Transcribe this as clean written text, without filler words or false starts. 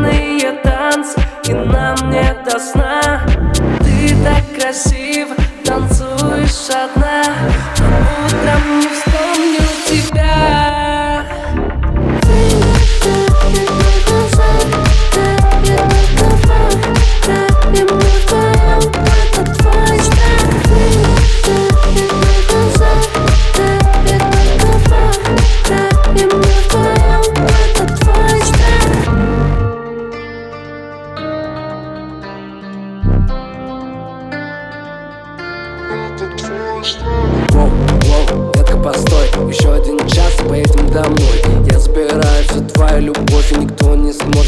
пьяные танцы, и нам не до сна. Ты так красиво танцуешь одна, но утром не вспомню тебя. Воу, воу, детка, постой, еще один час и поедем домой. Я забираю всю твою любовь, и никто не сможет